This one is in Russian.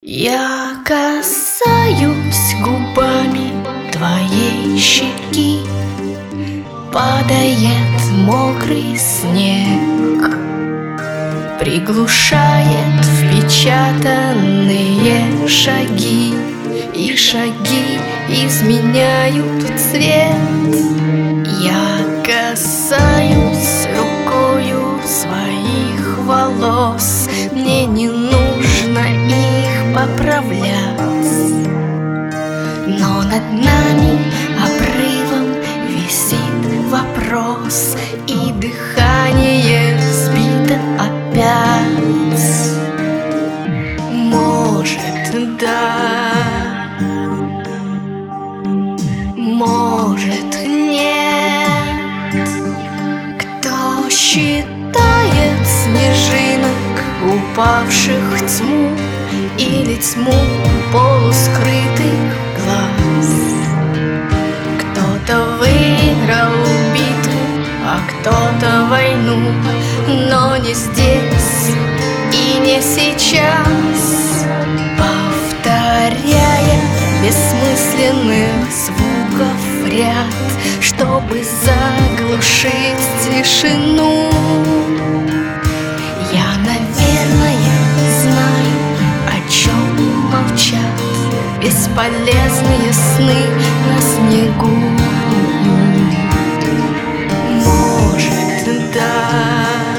Я касаюсь губами твоей щеки, падает мокрый снег, приглушает впечатанные шаги, и шаги изменяют цвет. Я касаюсь рукою своих волос, мне не нужно их поправлять, но над нами обрывом висит вопрос, и дыхание сбито опять. Может, да, может, нет. Кто считает снежинок, упавших в тьму, или тьму полускрытых глаз? Кто-то выиграл битву, а кто-то войну, но не здесь и не сейчас. Повторяя бессмысленных звуков ряд, чтобы заглушить тишину, я, наверное, знаю, о чем молчат бесполезные сны на снегу. Может, да,